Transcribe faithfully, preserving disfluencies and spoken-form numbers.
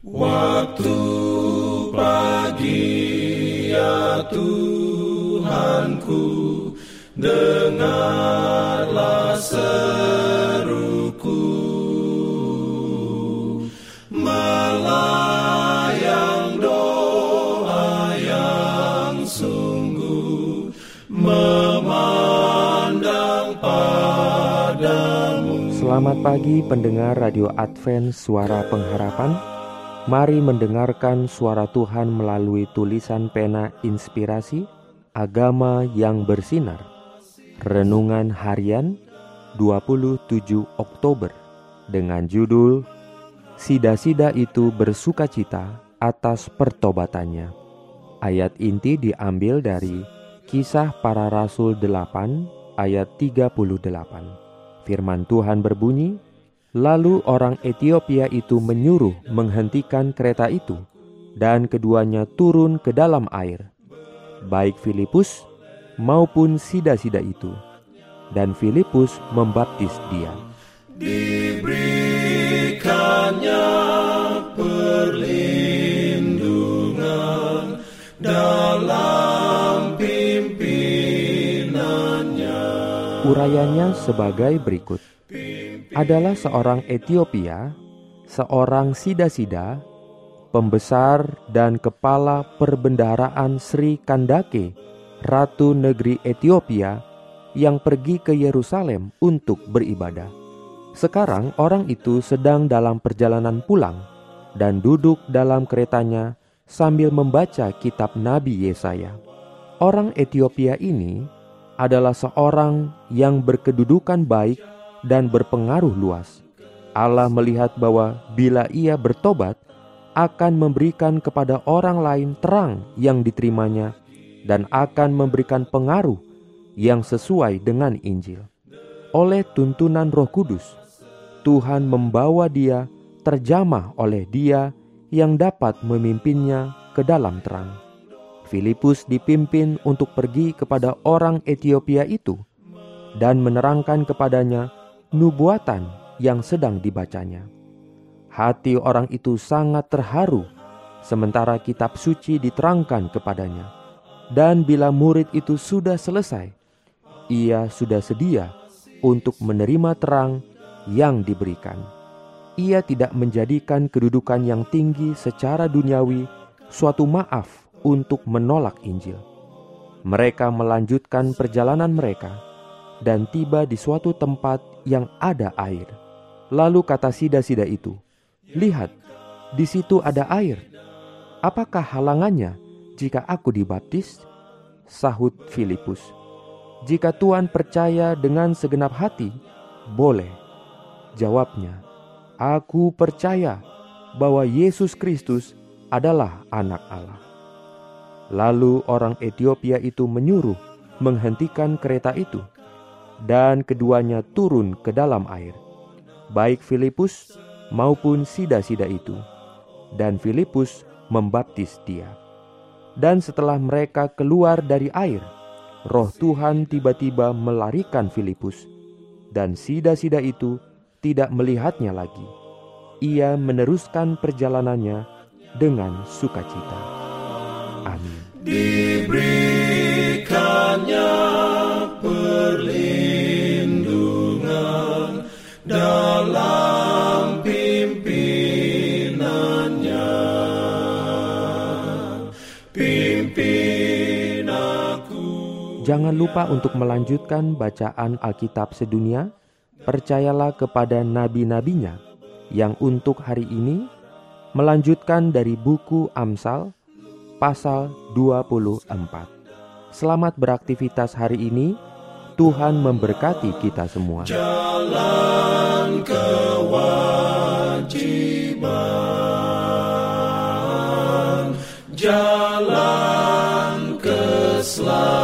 Waktu pagi ya Tuhanku, dengarlah seruku, melayang doa yang sungguh, memandang padamu. Selamat pagi pendengar Radio Advent Suara Pengharapan. Mari mendengarkan suara Tuhan melalui tulisan pena inspirasi Agama yang Bersinar. Renungan harian dua puluh tujuh Oktober dengan judul Sida-sida itu bersukacita atas pertobatannya. Ayat inti diambil dari Kisah Para Rasul delapan ayat tiga puluh delapan. Firman Tuhan berbunyi, lalu orang Etiopia itu menyuruh menghentikan kereta itu, dan keduanya turun ke dalam air, baik Filipus maupun sida-sida itu, dan Filipus membaptis dia. Diberikannya perlindungan dalam pimpinannya. Urayanya sebagai berikut. Adalah seorang Etiopia, seorang sida-sida, pembesar dan kepala perbendaharaan Sri Kandake, Ratu Negeri Etiopia, yang pergi ke Yerusalem untuk beribadah. Sekarang orang itu sedang dalam perjalanan pulang dan duduk dalam keretanya sambil membaca kitab Nabi Yesaya. Orang Etiopia ini adalah seorang yang berkedudukan baik dan berpengaruh luas. Allah melihat bahwa bila ia bertobat, akan memberikan kepada orang lain terang yang diterimanya dan akan memberikan pengaruh yang sesuai dengan Injil. Oleh tuntunan Roh Kudus, Tuhan membawa dia terjamah oleh Dia yang dapat memimpinnya ke dalam terang. Filipus dipimpin untuk pergi kepada orang Etiopia itu dan menerangkan kepadanya nubuatan yang sedang dibacanya. Hati orang itu sangat terharu sementara kitab suci diterangkan kepadanya. Dan bila murid itu sudah selesai, ia sudah sedia untuk menerima terang yang diberikan. Ia tidak menjadikan kedudukan yang tinggi secara duniawi suatu maaf untuk menolak Injil. Mereka melanjutkan perjalanan mereka dan tiba di suatu tempat yang ada air. Lalu kata sida-sida itu, lihat, di situ ada air. Apakah halangannya jika aku dibaptis? Sahut Filipus, jika Tuhan percaya dengan segenap hati, boleh. Jawabnya, aku percaya bahwa Yesus Kristus adalah anak Allah. Lalu orang Etiopia itu menyuruh menghentikan kereta itu, dan keduanya turun ke dalam air, baik Filipus maupun sida-sida itu, dan Filipus membaptis dia. Dan setelah mereka keluar dari air, Roh Tuhan tiba-tiba melarikan Filipus, dan sida-sida itu tidak melihatnya lagi. Ia meneruskan perjalanannya dengan sukacita. Amin. Diberikannya perlindungan dalam pimpinannya. Pimpin aku. Jangan lupa untuk melanjutkan bacaan Alkitab sedunia. Percayalah kepada nabi-nabinya yang untuk hari ini melanjutkan dari buku Amsal pasal dua puluh empat. Selamat beraktivitas hari ini. Tuhan memberkati kita semua. Jalan kewajiban, jalan keselamatan.